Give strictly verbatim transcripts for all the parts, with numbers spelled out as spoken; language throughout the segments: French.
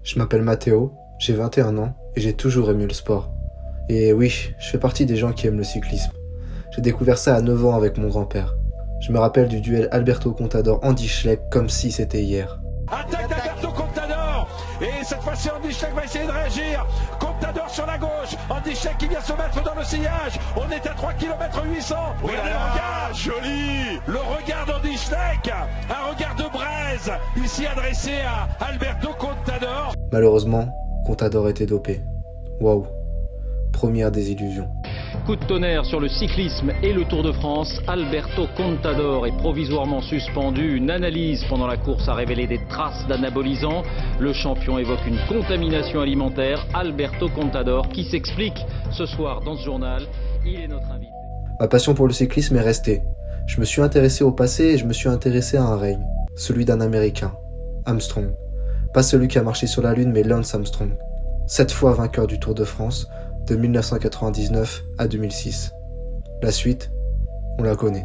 Je m'appelle Mathéo, j'ai vingt et un ans et j'ai toujours aimé le sport. Et oui, je fais partie des gens qui aiment le cyclisme. J'ai découvert ça à neuf ans avec mon grand-père. Je me rappelle du duel Alberto Contador-Andy Schleck comme si c'était hier. Attaque d'Alberto Contador. Et cette fois-ci Andy Schleck va essayer de réagir. Contador sur la gauche, Andy Schleck qui vient se mettre dans le sillage. On est à trois kilomètres huit cents. Regardez le regard, joli. Le regard d'Andy Schleck, un regard de braise, ici adressé à Alberto Contador. Malheureusement, Contador était dopé. Waouh, première désillusion. Coup de tonnerre sur le cyclisme et le Tour de France. Alberto Contador est provisoirement suspendu. Une analyse pendant la course a révélé des traces d'anabolisants. Le champion évoque une contamination alimentaire. Alberto Contador qui s'explique ce soir dans ce journal. Il est notre invité. Ma passion pour le cyclisme est restée. Je me suis intéressé au passé et je me suis intéressé à un règne. Celui d'un Américain, Armstrong. Pas celui qui a marché sur la Lune, mais Lance Armstrong. Sept fois vainqueur du Tour de France, de dix-neuf cent quatre-vingt-dix-neuf à deux mille six. La suite, on la connaît.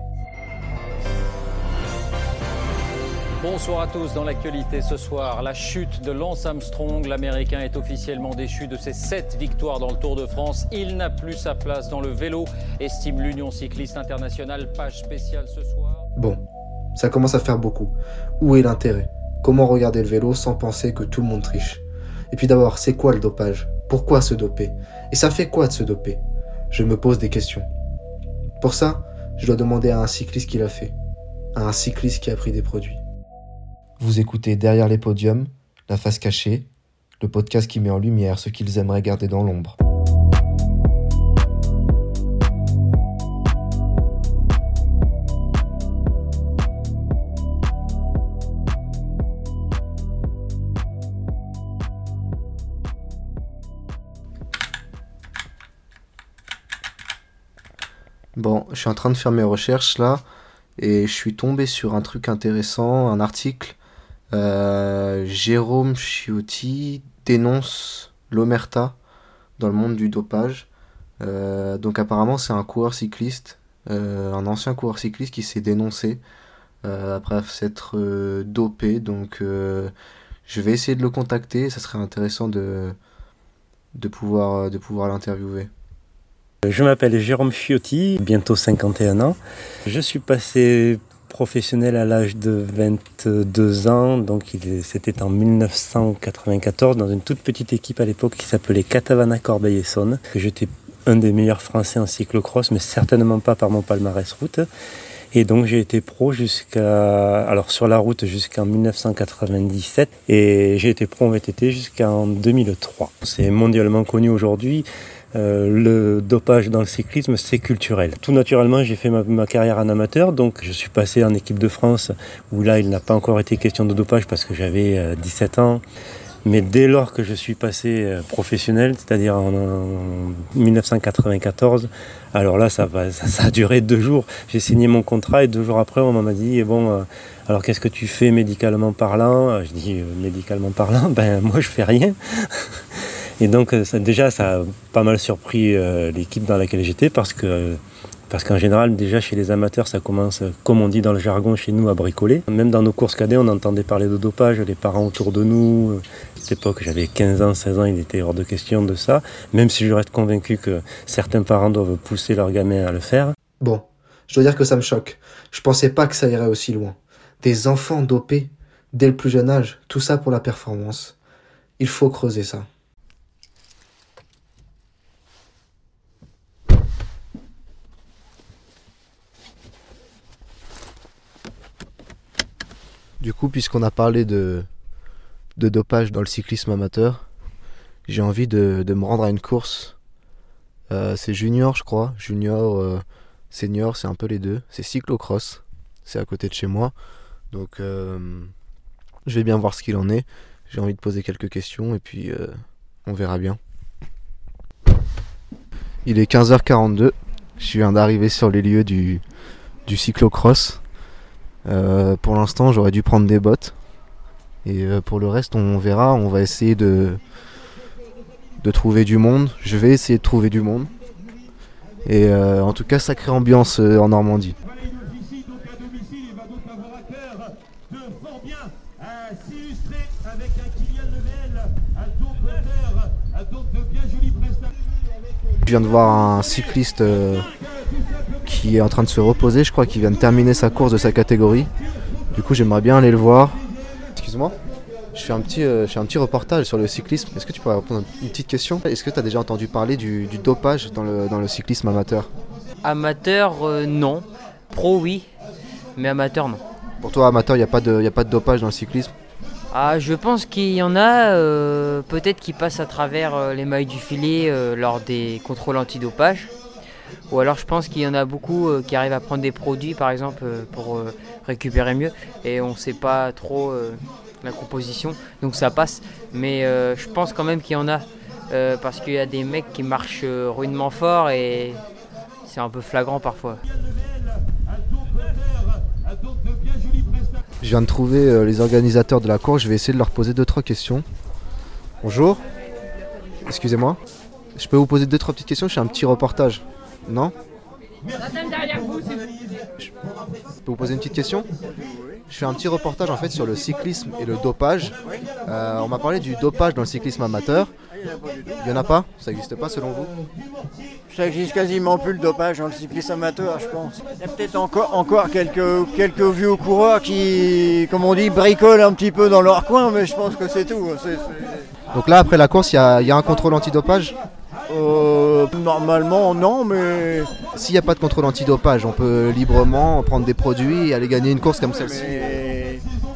Bonsoir à tous. Dans l'actualité ce soir, la chute de Lance Armstrong. L'Américain est officiellement déchu de ses sept victoires dans le Tour de France. Il n'a plus sa place dans le vélo, estime l'Union cycliste internationale. Page spéciale ce soir. Bon, ça commence à faire beaucoup. Où est l'intérêt ? Comment regarder le vélo sans penser que tout le monde triche ? Et puis d'abord, c'est quoi le dopage ? Pourquoi se doper ? Et ça fait quoi de se doper ? Je me pose des questions. Pour ça, je dois demander à un cycliste qui l'a fait. À un cycliste qui a pris des produits. Vous écoutez Derrière les podiums, La face cachée, le podcast qui met en lumière ce qu'ils aimeraient garder dans l'ombre. Bon, je suis en train de faire mes recherches là et je suis tombé sur un truc intéressant, un article. Euh, Jérôme Chiotti dénonce l'omerta dans le monde du dopage. Euh, donc apparemment c'est un coureur cycliste, euh, un ancien coureur cycliste qui s'est dénoncé euh, après s'être euh, dopé. Donc euh, je vais essayer de le contacter, ça serait intéressant de, de, pouvoir, de pouvoir l'interviewer. Je m'appelle Jérôme Chiotti, bientôt cinquante et un ans. Je suis passé professionnel à l'âge de vingt-deux ans, donc il, c'était en dix-neuf cent quatre-vingt-quatorze dans une toute petite équipe à l'époque qui s'appelait Caravana Corbeil-Essonnes. J'étais un des meilleurs Français en cyclocross, mais certainement pas par mon palmarès route. Et donc j'ai été pro jusqu'à, alors sur la route jusqu'en dix-neuf cent quatre-vingt-dix-sept et j'ai été pro en V T T jusqu'en deux mille trois. C'est mondialement connu aujourd'hui. Euh, le dopage dans le cyclisme, c'est culturel. Tout naturellement, j'ai fait ma, ma carrière en amateur, donc je suis passé en équipe de France, où là, il n'a pas encore été question de dopage parce que j'avais euh, dix-sept ans. Mais dès lors que je suis passé euh, professionnel, c'est-à-dire en, en dix-neuf cent quatre-vingt-quatorze, alors là, ça, va, ça, ça a duré deux jours. J'ai signé mon contrat et deux jours après, on m'a dit, bon, euh, alors qu'est-ce que tu fais médicalement parlant ? Je dis, euh, médicalement parlant, ben moi, je fais rien. Et donc ça, déjà ça a pas mal surpris euh, l'équipe dans laquelle j'étais parce que parce qu'en général déjà chez les amateurs ça commence comme on dit dans le jargon chez nous à bricoler. Même dans nos courses cadets on entendait parler de dopage, les parents autour de nous. À cette époque j'avais quinze ans, seize ans, il était hors de question de ça. Même si je reste convaincu que certains parents doivent pousser leurs gamins à le faire. Bon, je dois dire que ça me choque. Je pensais pas que ça irait aussi loin. Des enfants dopés dès le plus jeune âge, tout ça pour la performance. Il faut creuser ça. Du coup, puisqu'on a parlé de, de dopage dans le cyclisme amateur, j'ai envie de, de me rendre à une course. Euh, c'est junior, je crois. Junior, euh, senior, c'est un peu les deux. C'est cyclocross. C'est à côté de chez moi. Donc, euh, je vais bien voir ce qu'il en est. J'ai envie de poser quelques questions et puis euh, on verra bien. Il est quinze heures quarante-deux. Je viens d'arriver sur les lieux du, du cyclocross. Euh, pour l'instant j'aurais dû prendre des bottes et euh, pour le reste on verra, on va essayer de de trouver du monde, je vais essayer de trouver du monde et euh, en tout cas sacrée ambiance euh, en Normandie. Je viens de voir un cycliste euh, qui est en train de se reposer, je crois qu'il vient de terminer sa course de sa catégorie. Du coup j'aimerais bien aller le voir. Excuse-moi, je fais un petit, euh, je fais un petit reportage sur le cyclisme. Est-ce que tu pourrais répondre à une petite question? Est-ce que tu as déjà entendu parler du, du dopage dans le, dans le cyclisme amateur? Amateur, euh, non. Pro, oui. Mais amateur, non. Pour toi, amateur, il n'y a, pas de- y a pas de dopage dans le cyclisme? Ah, je pense qu'il y en a, euh, peut-être qui passent à travers euh, les mailles du filet euh, lors des contrôles antidopage. Ou alors je pense qu'il y en a beaucoup euh, qui arrivent à prendre des produits, par exemple, euh, pour euh, récupérer mieux. Et on ne sait pas trop euh, la composition, donc ça passe. Mais euh, je pense quand même qu'il y en a. euh, parce qu'il y a des mecs qui marchent euh, rudement fort et c'est un peu flagrant parfois. Je viens de trouver euh, les organisateurs de la course, je vais essayer de leur poser deux trois questions. Bonjour. Excusez-moi. Je peux vous poser deux trois petites questions, je fais un petit reportage. Non? Je peux vous poser une petite question? Je fais un petit reportage en fait sur le cyclisme et le dopage. Euh, on m'a parlé du dopage dans le cyclisme amateur. Il n'y en a pas? Ça n'existe pas selon vous? Ça existe quasiment plus le dopage dans le cyclisme amateur, je pense. Il y a peut-être encore, encore quelques, quelques vieux coureurs qui, comme on dit, bricolent un petit peu dans leur coin, mais je pense que c'est tout. C'est, c'est... Donc là, après la course, il y a, y a un contrôle antidopage? Euh, normalement, non, mais... S'il n'y a pas de contrôle antidopage, on peut librement prendre des produits et aller gagner une course comme celle-ci. mais...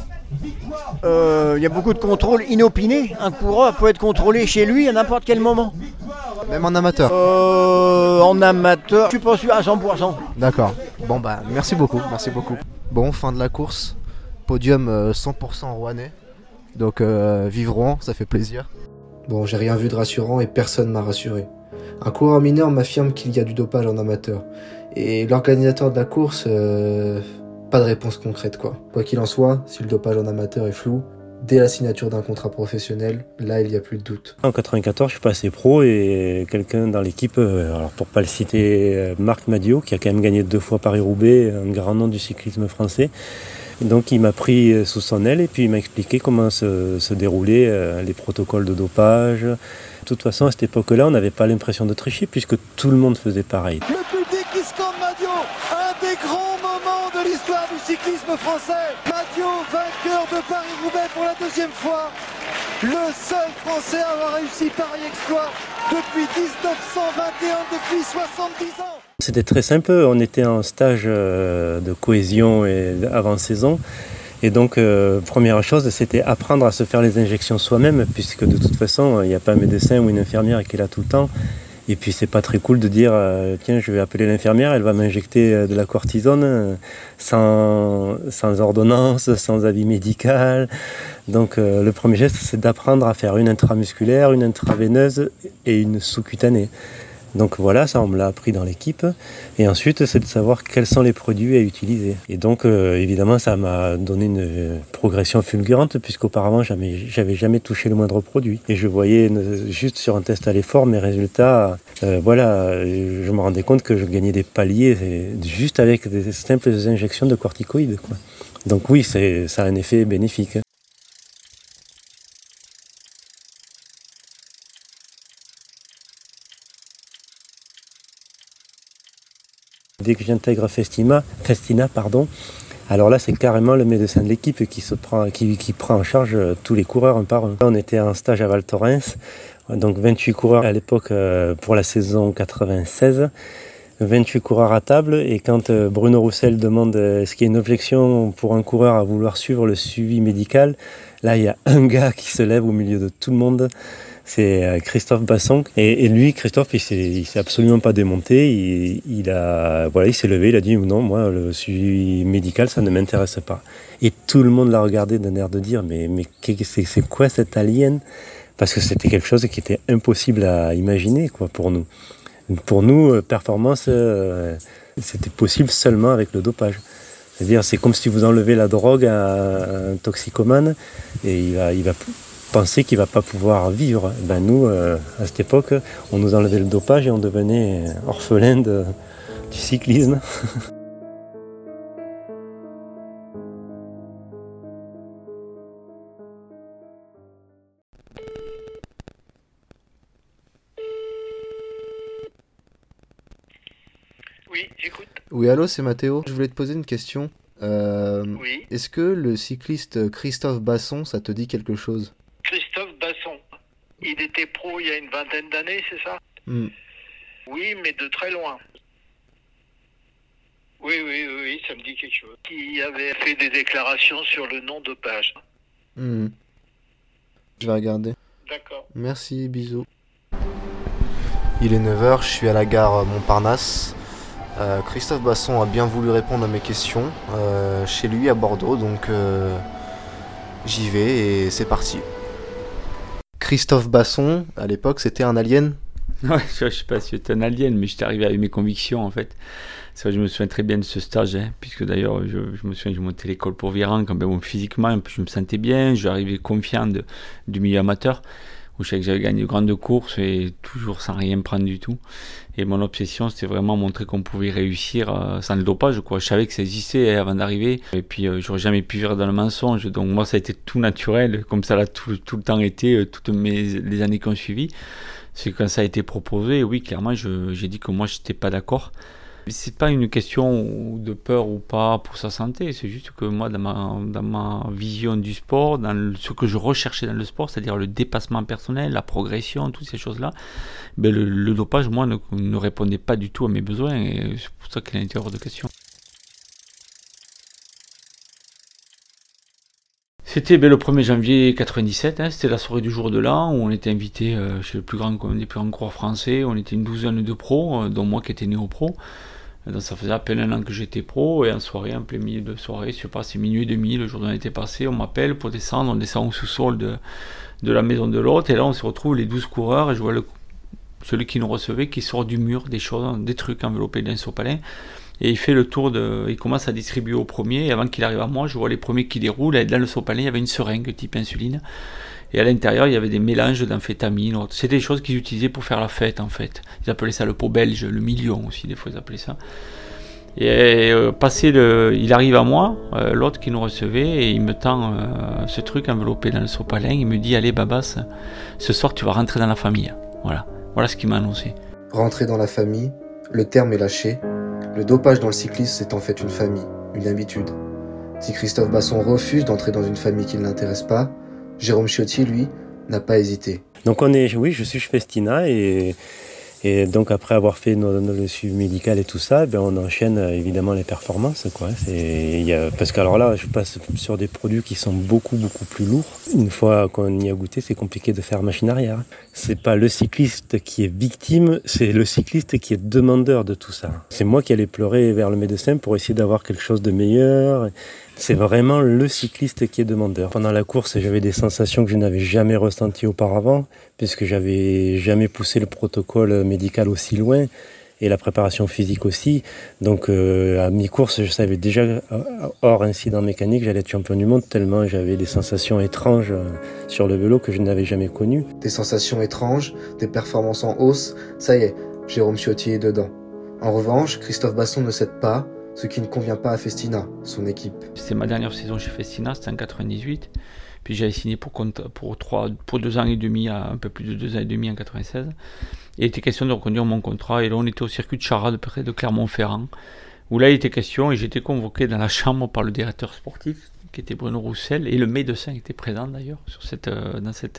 Euh, il y a beaucoup de contrôles inopinés. Un coureur peut être contrôlé chez lui à n'importe quel moment. Même en amateur? Euh, en amateur, je suis pas sûr à cent pour cent. D'accord. Bon bah merci beaucoup, merci beaucoup. Bon, fin de la course, podium euh, cent pour cent rouennais. Donc euh, vive Rouen, ça fait plaisir. Bon, j'ai rien vu de rassurant et personne m'a rassuré. Un coureur mineur m'affirme qu'il y a du dopage en amateur. Et l'organisateur de la course, euh, pas de réponse concrète quoi. Quoi qu'il en soit, si le dopage en amateur est flou, dès la signature d'un contrat professionnel, là il n'y a plus de doute. En quatre-vingt-quatorze, je suis passé pro et quelqu'un dans l'équipe, alors pour pas le citer, Marc Madiot, qui a quand même gagné deux fois Paris-Roubaix, un grand nom du cyclisme français. Donc il m'a pris sous son aile et puis il m'a expliqué comment se, se déroulaient euh, les protocoles de dopage. De toute façon, à cette époque-là, on n'avait pas l'impression de tricher puisque tout le monde faisait pareil. Le public qui scande Madiot, un des grands moments de l'histoire du cyclisme français. Madiot, vainqueur de Paris-Roubaix pour la deuxième fois. Le seul Français à avoir réussi pareil exploit depuis dix-neuf cent vingt et un, depuis soixante-dix ans. C'était très simple, on était en stage de cohésion et avant-saison. Et donc, euh, première chose, c'était apprendre à se faire les injections soi-même, puisque de toute façon, il n'y a pas un médecin ou une infirmière qui est là tout le temps. Et puis, c'est pas très cool de dire, euh, tiens, je vais appeler l'infirmière, elle va m'injecter de la cortisone sans, sans ordonnance, sans avis médical. Donc, euh, le premier geste, c'est d'apprendre à faire une intramusculaire, une intraveineuse et une sous-cutanée. Donc voilà, ça on me l'a appris dans l'équipe. Et ensuite, c'est de savoir quels sont les produits à utiliser. Et donc, euh, évidemment, ça m'a donné une progression fulgurante, puisqu'auparavant, jamais, j'avais jamais touché le moindre produit. Et je voyais une, juste sur un test à l'effort mes résultats. Euh, voilà, je me rendais compte que je gagnais des paliers juste avec des simples injections de corticoïdes, quoi. Donc oui, c'est, ça a un effet bénéfique. Dès que j'intègre Festina, Festina pardon, alors là c'est carrément le médecin de l'équipe qui, se prend, qui, qui prend en charge tous les coureurs un par un. On était en stage à Val Thorens, donc vingt-huit coureurs à l'époque pour la saison quatre-vingt-seize, vingt-huit coureurs à table, et quand Bruno Roussel demande est-ce qu'il y a une objection pour un coureur à vouloir suivre le suivi médical, là il y a un gars qui se lève au milieu de tout le monde. C'est Christophe Basson. Et, et lui, Christophe, il s'est, il s'est absolument pas démonté. Il, il, a, voilà, il s'est levé, il a dit non, moi, le suivi médical, ça ne m'intéresse pas. Et tout le monde l'a regardé d'un air de dire mais, mais c'est, c'est quoi cet alien? Parce que c'était quelque chose qui était impossible à imaginer quoi, pour nous. Pour nous, performance, euh, c'était possible seulement avec le dopage. C'est-à-dire, c'est comme si vous enlevez la drogue à un toxicomane et il va, il va penser qu'il ne va pas pouvoir vivre. Ben nous, euh, à cette époque, on nous enlevait le dopage et on devenait orphelin de, du cyclisme. Oui, j'écoute. Oui, allô, c'est Mathéo. Je voulais te poser une question. Euh, Oui. Est-ce que le cycliste Christophe Basson, ça te dit quelque chose? Christophe Basson. Il était pro il y a une vingtaine d'années, c'est ça? Hmm. Oui, mais de très loin. Oui, oui, oui, oui, ça me dit quelque chose. Qui avait fait des déclarations sur le non-dopage. Hmm. Je vais regarder. D'accord. Merci, bisous. Il est neuf heures, je suis à la gare Montparnasse. Euh, Christophe Basson a bien voulu répondre à mes questions euh, chez lui à Bordeaux, donc euh, j'y vais et c'est parti. Christophe Basson, à l'époque, c'était un alien? Ouais, je, je sais pas si c'était un alien, mais j'étais arrivé avec mes convictions en fait. C'est vrai, je me souviens très bien de ce stage, hein, puisque d'ailleurs, je, je me souviens, je montais l'école pour Viran, quand même, bon, physiquement, je me sentais bien, j'arrivais confiant de, du milieu amateur, où je savais que j'avais gagné de grandes courses et toujours sans rien prendre du tout. Et mon obsession, c'était vraiment montrer qu'on pouvait réussir euh, sans le dopage, quoi. Je savais que ça existait hein, avant d'arriver, et puis euh, j'aurais jamais pu vivre dans le mensonge, donc moi, ça a été tout naturel, comme ça l'a tout, tout le temps été, euh, toutes mes, les années qui ont suivi. C'est quand ça a été proposé, oui, clairement, je, j'ai dit que moi, je n'étais pas d'accord. C'est pas une question de peur ou pas pour sa santé, c'est juste que moi, dans ma, dans ma vision du sport, dans le, ce que je recherchais dans le sport, c'est-à-dire le dépassement personnel, la progression, toutes ces choses-là, ben le, le dopage, moi, ne, ne répondait pas du tout à mes besoins, et c'est pour ça qu'il était hors de question. C'était ben, le premier janvier quatre-vingt-dix-sept, hein, c'était la soirée du jour de l'an, où on était invité euh, chez le plus grand, un des plus grands coureurs français, on était une douzaine de pros, euh, dont moi qui étais néo-pro. Donc ça faisait à peine un an que j'étais pro, et en soirée, en plein milieu de soirée, je sais pas, c'est minuit et demi, le jour de l'an était passé, on m'appelle pour descendre, on descend au sous-sol de, de la maison de l'hôte, et là on se retrouve les douze coureurs, et je vois le, celui qui nous recevait qui sort du mur, des choses, des trucs enveloppés d'un sopalin, et il fait le tour de, il commence à distribuer au premier, et avant qu'il arrive à moi, je vois les premiers qui déroulent, et dans le sopalin, il y avait une seringue type insuline, et à l'intérieur, il y avait des mélanges d'amphétamines. C'était des choses qu'ils utilisaient pour faire la fête, en fait. Ils appelaient ça le pot belge, le million aussi, des fois ils appelaient ça. Et euh, passé le, il arrive à moi, euh, l'autre qui nous recevait, et il me tend euh, ce truc enveloppé dans le sopalin. Il me dit, allez Babas, ce soir tu vas rentrer dans la famille. Voilà, voilà ce qu'il m'a annoncé. Rentrer dans la famille, le terme est lâché. Le dopage dans le cyclisme, c'est en fait une famille, une habitude. Si Christophe Basson refuse d'entrer dans une famille qui ne l'intéresse pas, Jérôme Ciotti, lui, n'a pas hésité. Donc on est, oui, je suis chez Festina et, et donc après avoir fait nos, nos, le suivi médical et tout ça, ben on enchaîne évidemment les performances, quoi. C'est, y a, parce que alors là, je passe sur des produits qui sont beaucoup beaucoup plus lourds. Une fois qu'on y a goûté, c'est compliqué de faire machine arrière. C'est pas le cycliste qui est victime, c'est le cycliste qui est demandeur de tout ça. C'est moi qui allais pleurer vers le médecin pour essayer d'avoir quelque chose de meilleur. C'est vraiment le cycliste qui est demandeur. Pendant la course, j'avais des sensations que je n'avais jamais ressenties auparavant, puisque j'avais jamais poussé le protocole médical aussi loin, et la préparation physique aussi. Donc euh, à mi-course, je savais déjà, hors incident mécanique, j'allais être champion du monde, tellement j'avais des sensations étranges sur le vélo que je n'avais jamais connues. Des sensations étranges, des performances en hausse, ça y est, Jérôme Ciotti est dedans. En revanche, Christophe Basson ne cède pas, ce qui ne convient pas à Festina, son équipe. C'était ma dernière saison chez Festina, c'était en quatre-vingt-dix-huit. Puis j'avais signé pour, pour, trois, pour deux ans et demi, à un peu plus de deux ans et demi en quatre-vingt-seize. Et il était question de reconduire mon contrat. Et là, on était au circuit de Charade, près de Clermont-Ferrand, où là, il était question, et j'étais convoqué dans la chambre par le directeur sportif, qui était Bruno Roussel, et le médecin était présent d'ailleurs, sur cette, dans cette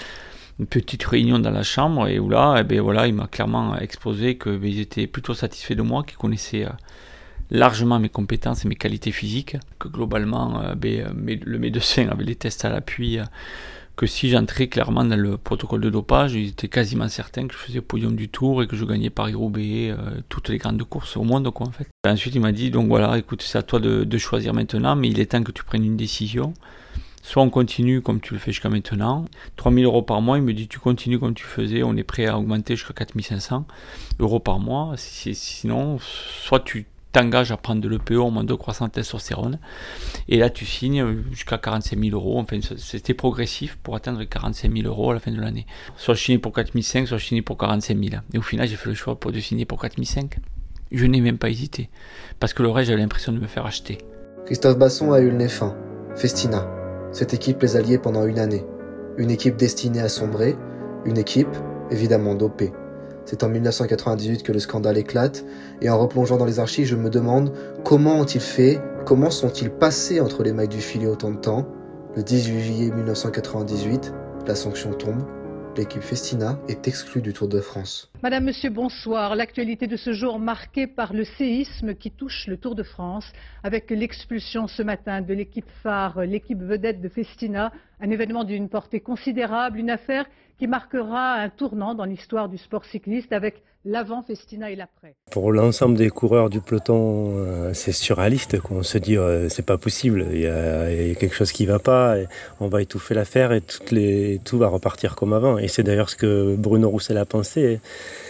une petite réunion dans la chambre, et où là, eh bien, voilà, il m'a clairement exposé qu'ils étaient plutôt satisfaits de moi, qu'ils connaissaient largement mes compétences et mes qualités physiques, que globalement euh, ben, le médecin avait les tests à l'appui, euh, que si j'entrais clairement dans le protocole de dopage, il était quasiment certain que je faisais podium du Tour et que je gagnais Paris-Roubaix, euh, toutes les grandes courses au monde, quoi, en fait. Et ensuite il m'a dit, donc voilà, écoute, c'est à toi de, de choisir maintenant, mais il est temps que tu prennes une décision. Soit on continue comme tu le fais jusqu'à maintenant, trois mille euros par mois, il me dit tu continues comme tu faisais, on est prêt à augmenter jusqu'à quatre mille cinq cents euros par mois, sinon soit tu t'engages à prendre de l'E P O, moins de croissance de testostérone, et là tu signes jusqu'à quarante-cinq mille euros, enfin c'était progressif pour atteindre quarante-cinq mille euros à la fin de l'année. Soit je signais pour quatre mille cinq cents, soit je signais pour quarante-cinq mille. Et au final j'ai fait le choix pour de signer pour quatre mille cinq cents. Je n'ai même pas hésité, parce que le reste j'avais l'impression de me faire acheter. Christophe Basson a eu le nez fin. Festina. Cette équipe les alliait pendant une année. Une équipe destinée à sombrer, une équipe évidemment dopée. C'est en mille neuf cent quatre-vingt-dix-huit que le scandale éclate, et en replongeant dans les archives, je me demande comment ont-ils fait, comment sont-ils passés entre les mailles du filet autant de temps. Le dix-huit juillet mille neuf cent quatre-vingt-dix-huit, la sanction tombe. L'équipe Festina est exclue du Tour de France. Madame, Monsieur, bonsoir. L'actualité de ce jour marquée par le séisme qui touche le Tour de France, avec l'expulsion ce matin de l'équipe phare, l'équipe vedette de Festina, un événement d'une portée considérable, une affaire qui marquera un tournant dans l'histoire du sport cycliste avec l'avant Festina et l'après. Pour l'ensemble des coureurs du peloton, euh, c'est surréaliste, quoi. On se dit euh, c'est pas possible, il y, a, il y a quelque chose qui va pas, et on va étouffer l'affaire et toutes les, tout va repartir comme avant. Et c'est d'ailleurs ce que Bruno Roussel a pensé.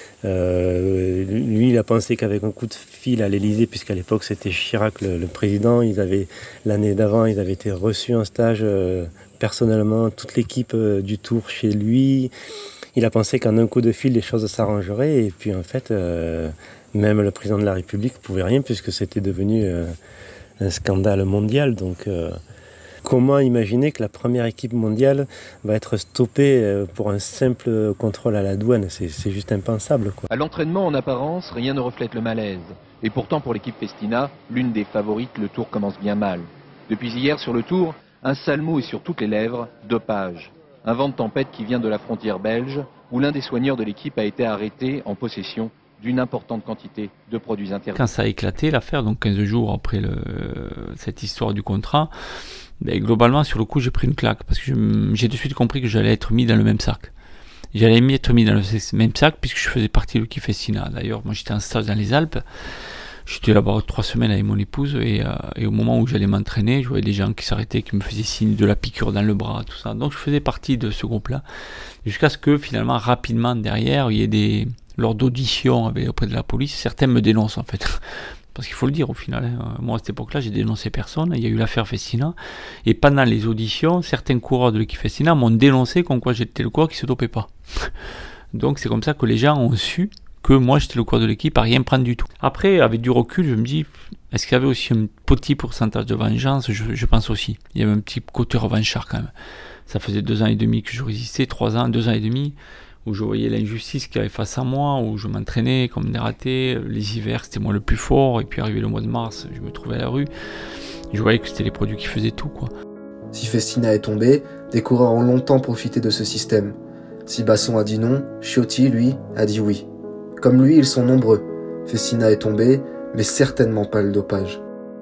Euh, lui, il a pensé qu'avec un coup de fil à l'Elysée, puisqu'à l'époque c'était Chirac le, le président, ils avaient, l'année d'avant, ils avaient été reçus en stage euh, personnellement, toute l'équipe euh, du Tour chez lui. Il a pensé qu'en un coup de fil, les choses s'arrangeraient. Et puis en fait, euh, même le président de la République ne pouvait rien puisque c'était devenu euh, un scandale mondial. Donc euh, comment imaginer que la première équipe mondiale va être stoppée euh, pour un simple contrôle à la douane? C'est, c'est juste impensable, quoi. À l'entraînement, en apparence, rien ne reflète le malaise. Et pourtant, pour l'équipe Festina, l'une des favorites, le Tour commence bien mal. Depuis hier, sur le Tour, un sale mot est sur toutes les lèvres, dopage. Un vent de tempête qui vient de la frontière belge, où l'un des soigneurs de l'équipe a été arrêté en possession d'une importante quantité de produits interdits. Quand ça a éclaté, l'affaire, donc quinze jours après le, cette histoire du contrat, ben, globalement, sur le coup, j'ai pris une claque, parce que je, j'ai de suite compris que j'allais être mis dans le même sac. J'allais être mis dans le même sac, puisque je faisais partie de l'équipe Festina. D'ailleurs, moi, j'étais en stage dans les Alpes. J'étais là-bas trois semaines avec mon épouse et, euh, et au moment où j'allais m'entraîner, je voyais des gens qui s'arrêtaient, qui me faisaient signe de la piqûre dans le bras, tout ça. Donc je faisais partie de ce groupe-là, jusqu'à ce que finalement, rapidement derrière, il y ait des, lors d'auditions avec, auprès de la police, certains me dénoncent en fait. Parce qu'il faut le dire au final, hein. Moi à cette époque-là, j'ai dénoncé personne, il y a eu l'affaire Festina, et pendant les auditions, certains coureurs de l'équipe Festina m'ont dénoncé comme quoi j'étais le coureur qui se dopait pas. Donc c'est comme ça que les gens ont su que moi j'étais le coureur de l'équipe à rien prendre du tout. Après, avec du recul, je me dis, est-ce qu'il y avait aussi un petit pourcentage de vengeance? je, je pense aussi. Il y avait un petit côté revanchard quand même. Ça faisait deux ans et demi que je résistais, trois ans, deux ans et demi, où je voyais l'injustice qu'il y avait face à moi, où je m'entraînais comme des ratés. Les hivers, c'était moi le plus fort, et puis arrivé le mois de mars, je me trouvais à la rue. Je voyais que c'était les produits qui faisaient tout, quoi. Si Festina est tombé, des coureurs ont longtemps profité de ce système. Si Basson a dit non, Ciotti, lui, a dit oui. Comme lui, ils sont nombreux. Festina est tombé, mais certainement pas le dopage.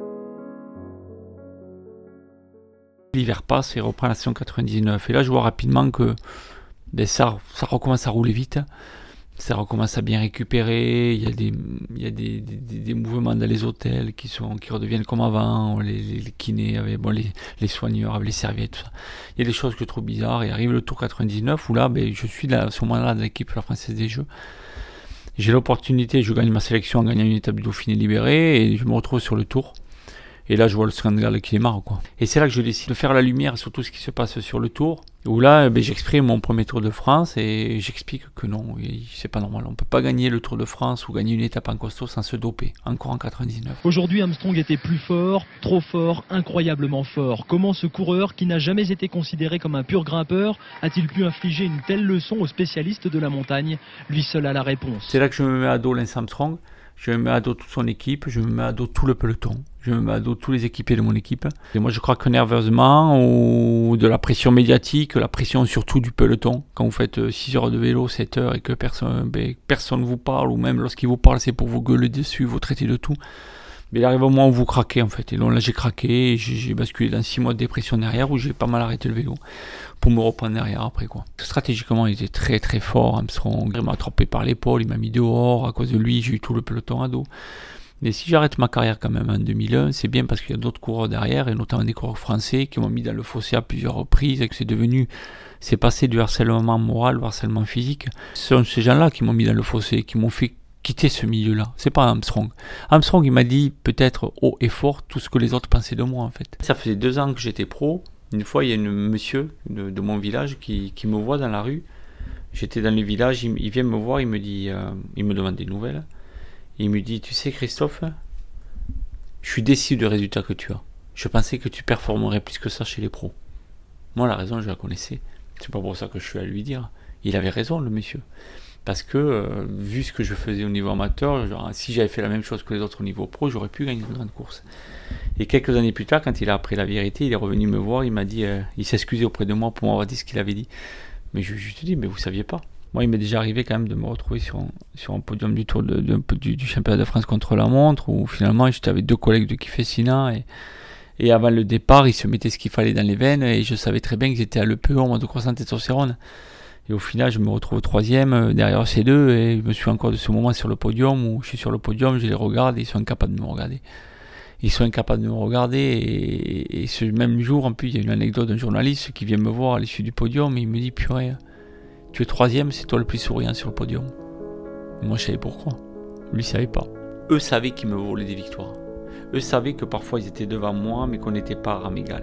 L'hiver passe et reprend la saison quatre-vingt-dix-neuf. Et là, je vois rapidement que ben, ça, ça recommence à rouler vite. Ça recommence à bien récupérer. Il y a des, il y a des, des, des mouvements dans les hôtels qui, sont, qui redeviennent comme avant. Les, les, les kinés, avec, bon, les, les soigneurs, avec les serviettes, tout ça. Il y a des choses que je trouve bizarres. Et arrive le Tour quatre-vingt-dix-neuf où là, ben, je suis là, à ce moment-là de l'équipe la Française des Jeux. J'ai l'opportunité, je gagne ma sélection en gagnant une étape du Dauphiné libéré et je me retrouve sur le Tour. Et là, je vois le scandale qui démarre, quoi. Et c'est là que je décide de faire la lumière sur tout ce qui se passe sur le Tour. Où là, ben, j'exprime mon premier Tour de France et j'explique que non, c'est pas normal. On ne peut pas gagner le Tour de France ou gagner une étape en costaud sans se doper, encore en quatre-vingt-dix-neuf. Aujourd'hui, Armstrong était plus fort, trop fort, incroyablement fort. Comment ce coureur, qui n'a jamais été considéré comme un pur grimpeur, a-t-il pu infliger une telle leçon aux spécialistes de la montagne? Lui seul a la réponse. C'est là que je me mets à dos Lance Armstrong. Je me mets à dos toute son équipe, je me mets à dos tout le peloton, je me mets à dos tous les équipiers de mon équipe. Et moi je crois que nerveusement, ou de la pression médiatique, la pression surtout du peloton, quand vous faites six heures de vélo, sept heures et que personne ben, personne vous parle, ou même lorsqu'il vous parle c'est pour vous gueuler dessus, vous traiter de tout. Mais il arrive au moment où vous craquez en fait. Et donc là j'ai craqué, et j'ai, j'ai basculé dans six mois de dépression derrière où j'ai pas mal arrêté le vélo pour me reprendre derrière après, quoi. Stratégiquement il était très très fort, Armstrong, il m'a attrapé par l'épaule, il m'a mis dehors, à cause de lui j'ai eu tout le peloton à dos. Mais si j'arrête ma carrière quand même en deux mille un, c'est bien parce qu'il y a d'autres coureurs derrière, et notamment des coureurs français qui m'ont mis dans le fossé à plusieurs reprises, et que c'est devenu, c'est passé du harcèlement moral au harcèlement physique. Ce sont ces gens-là qui m'ont mis dans le fossé, qui m'ont fait quitter ce milieu-là. C'est pas Armstrong. Armstrong, il m'a dit peut-être haut et fort tout ce que les autres pensaient de moi, en fait. Ça faisait deux ans que j'étais pro. Une fois, il y a un monsieur de, de mon village qui, qui me voit dans la rue. J'étais dans le village, il, il vient me voir, il me dit, euh, il me demande des nouvelles. Il me dit, tu sais Christophe, je suis déçu du résultat que tu as. Je pensais que tu performerais plus que ça chez les pros. Moi, la raison, je la connaissais. C'est pas pour ça que je suis à lui dire. Il avait raison, le monsieur. Parce que, euh, vu ce que je faisais au niveau amateur, genre, si j'avais fait la même chose que les autres au niveau pro, j'aurais pu gagner une grande course. Et quelques années plus tard, quand il a appris la vérité, il est revenu me voir, il m'a dit, euh, il s'est excusé auprès de moi pour m'avoir dit ce qu'il avait dit. Mais je, je te dis, mais vous saviez pas. Moi, il m'est déjà arrivé quand même de me retrouver sur un, sur un podium du tour de, de, du, du championnat de France contre la montre, où finalement j'étais avec deux collègues de Kifessina, et, et avant le départ, ils se mettaient ce qu'il fallait dans les veines, et je savais très bien qu'ils étaient à l'E P E en mode croissant testostérone. Et au final, je me retrouve troisième euh, derrière ces deux, et je me suis encore de ce moment sur le podium, où je suis sur le podium, je les regarde, et ils sont incapables de me regarder. Ils sont incapables de me regarder, et, et ce même jour, en plus, il y a une anecdote d'un journaliste qui vient me voir à l'issue du podium, et il me dit, purée, tu es troisième, c'est toi le plus souriant sur le podium. Moi, je savais pourquoi. Lui, il savait pas. Eux savaient qu'ils me volaient des victoires. Eux savaient que parfois, ils étaient devant moi, mais qu'on n'était pas à rame égale.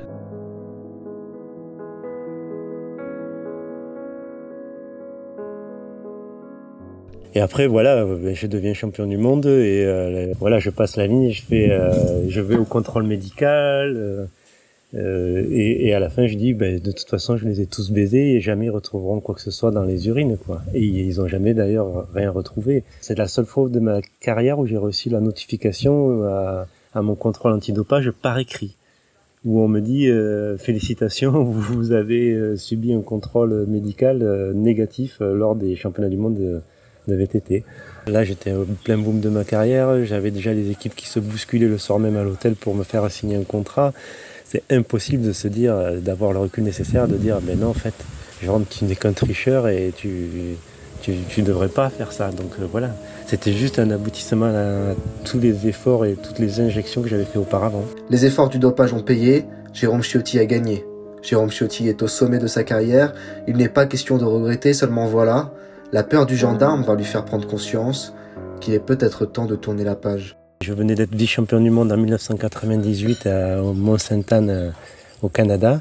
Et après, voilà, je deviens champion du monde et euh, voilà, je passe la ligne, je fais, euh, je vais au contrôle médical euh, euh, et, et à la fin, je dis, ben, de toute façon, je les ai tous baisés et jamais ils retrouveront quoi que ce soit dans les urines, quoi. Et ils ont jamais d'ailleurs rien retrouvé. C'est la seule fois de ma carrière où j'ai reçu la notification à, à mon contrôle antidopage par écrit, où on me dit euh, félicitations, vous avez euh, subi un contrôle médical euh, négatif euh, lors des championnats du monde de, de V T T. Là, j'étais au plein boom de ma carrière, j'avais déjà les équipes qui se bousculaient le soir même à l'hôtel pour me faire signer un contrat. C'est impossible de se dire, d'avoir le recul nécessaire, de dire, ben non, en fait, Jérôme, tu n'es qu'un tricheur et tu tu, tu devrais pas faire ça. Donc euh, voilà, c'était juste un aboutissement à tous les efforts et toutes les injections que j'avais fait auparavant. Les efforts du dopage ont payé, Jérôme Chiotti a gagné. Jérôme Chiotti est au sommet de sa carrière, il n'est pas question de regretter, seulement voilà, la peur du gendarme va lui faire prendre conscience qu'il est peut-être temps de tourner la page. Je venais d'être vice-champion du monde en mille neuf cent quatre-vingt-dix-huit à, au Mont-Sainte-Anne euh, au Canada.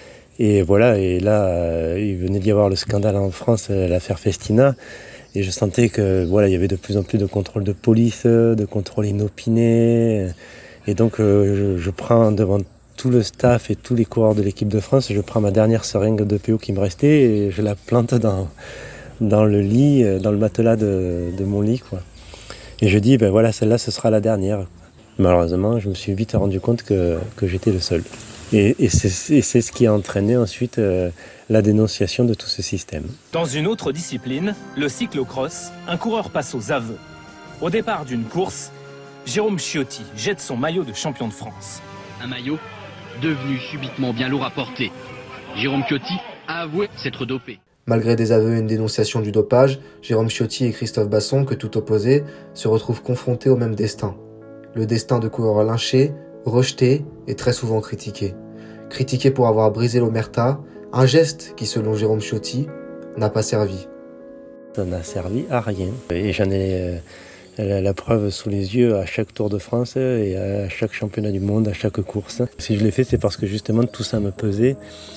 Et voilà, et là, euh, il venait d'y avoir le scandale en France, euh, l'affaire Festina. Et je sentais que voilà, il y avait de plus en plus de contrôles de police, de contrôles inopinés. Et donc, euh, je, je prends devant tout le staff et tous les coureurs de l'équipe de France, je prends ma dernière seringue de P O qui me restait et je la plante dans, dans le lit, dans le matelas de, de mon lit, quoi. Et je dis, ben voilà, celle-là, ce sera la dernière. Malheureusement, je me suis vite rendu compte que, que j'étais le seul. Et, et, c'est, et c'est ce qui a entraîné ensuite euh, la dénonciation de tout ce système. Dans une autre discipline, le cyclocross, un coureur passe aux aveux. Au départ d'une course, Jérôme Chiotti jette son maillot de champion de France. Un maillot devenu subitement bien lourd à porter. Jérôme Chiotti a avoué s'être dopé. Malgré des aveux et une dénonciation du dopage, Jérôme Chiotti et Christophe Basson, que tout opposés, se retrouvent confrontés au même destin. Le destin de coureurs lynchés, rejetés et très souvent critiqués. Critiqués pour avoir brisé l'omerta, un geste qui, selon Jérôme Chiotti, n'a pas servi. Ça n'a servi à rien. Et j'en ai euh, la, la preuve sous les yeux à chaque Tour de France et à chaque championnat du monde, à chaque course. Si je l'ai fait, c'est parce que justement tout ça me pesait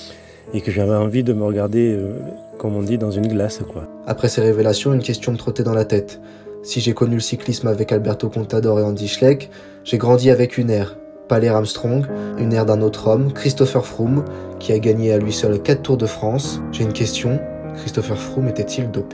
et que j'avais envie de me regarder, euh, comme on dit, dans une glace, quoi. Après ces révélations, une question me trottait dans la tête. Si j'ai connu le cyclisme avec Alberto Contador et Andy Schleck, j'ai grandi avec une ère, pas l'ère Armstrong, une ère d'un autre homme, Christopher Froome, qui a gagné à lui seul quatre Tours de France. J'ai une question, Christopher Froome était-il dopé ?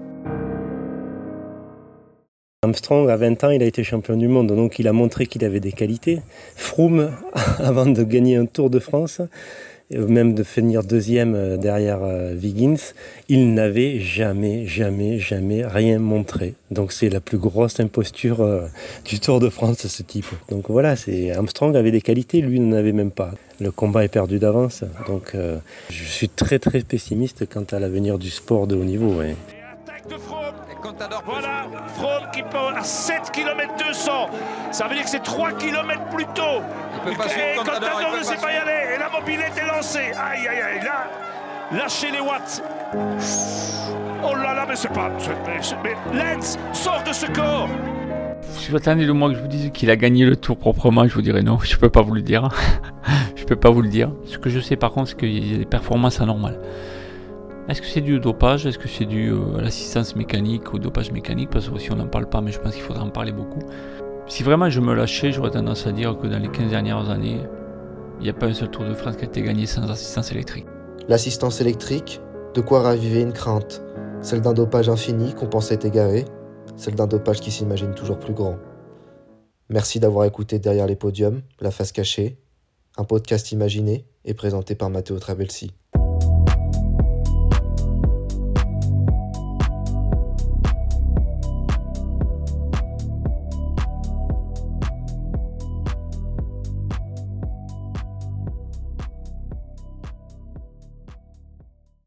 Armstrong, à vingt ans, il a été champion du monde, donc il a montré qu'il avait des qualités. Froome, avant de gagner un Tour de France, et même de finir deuxième derrière Wiggins, il n'avait jamais, jamais, jamais rien montré. Donc c'est la plus grosse imposture euh, du Tour de France, ce type. Donc voilà, c'est Armstrong avait des qualités, lui n'en avait même pas. Le combat est perdu d'avance, donc euh, je suis très très pessimiste quant à l'avenir du sport de haut niveau. Ouais. De Froome. Voilà, Froome qui part à sept kilomètres deux cents. Ça veut dire que c'est trois kilomètres plus tôt. Il peut pas et Contador ne sait pas y aller. Et la mobilette est lancée. Aïe, aïe, aïe. Là, lâchez les watts. Oh là là, mais c'est pas... Mais Lens sort de ce corps. Si vous attendez le mois que je vous dise qu'il a gagné le Tour proprement, je vous dirais non, je peux pas vous le dire. Je peux pas vous le dire. Ce que je sais par contre, c'est qu'il y a des performances anormales. Est-ce que c'est dû au dopage ? Est-ce que c'est dû euh, à l'assistance mécanique, au dopage mécanique ? Parce que si on n'en parle pas, mais je pense qu'il faudra en parler beaucoup. Si vraiment je me lâchais, j'aurais tendance à dire que dans les quinze dernières années, il n'y a pas un seul Tour de France qui a été gagné sans assistance électrique. L'assistance électrique, de quoi raviver une crainte. Celle d'un dopage infini qu'on pensait égaré, celle d'un dopage qui s'imagine toujours plus grand. Merci d'avoir écouté Derrière les podiums, la face cachée, un podcast imaginé et présenté par Matteo Trabelsi.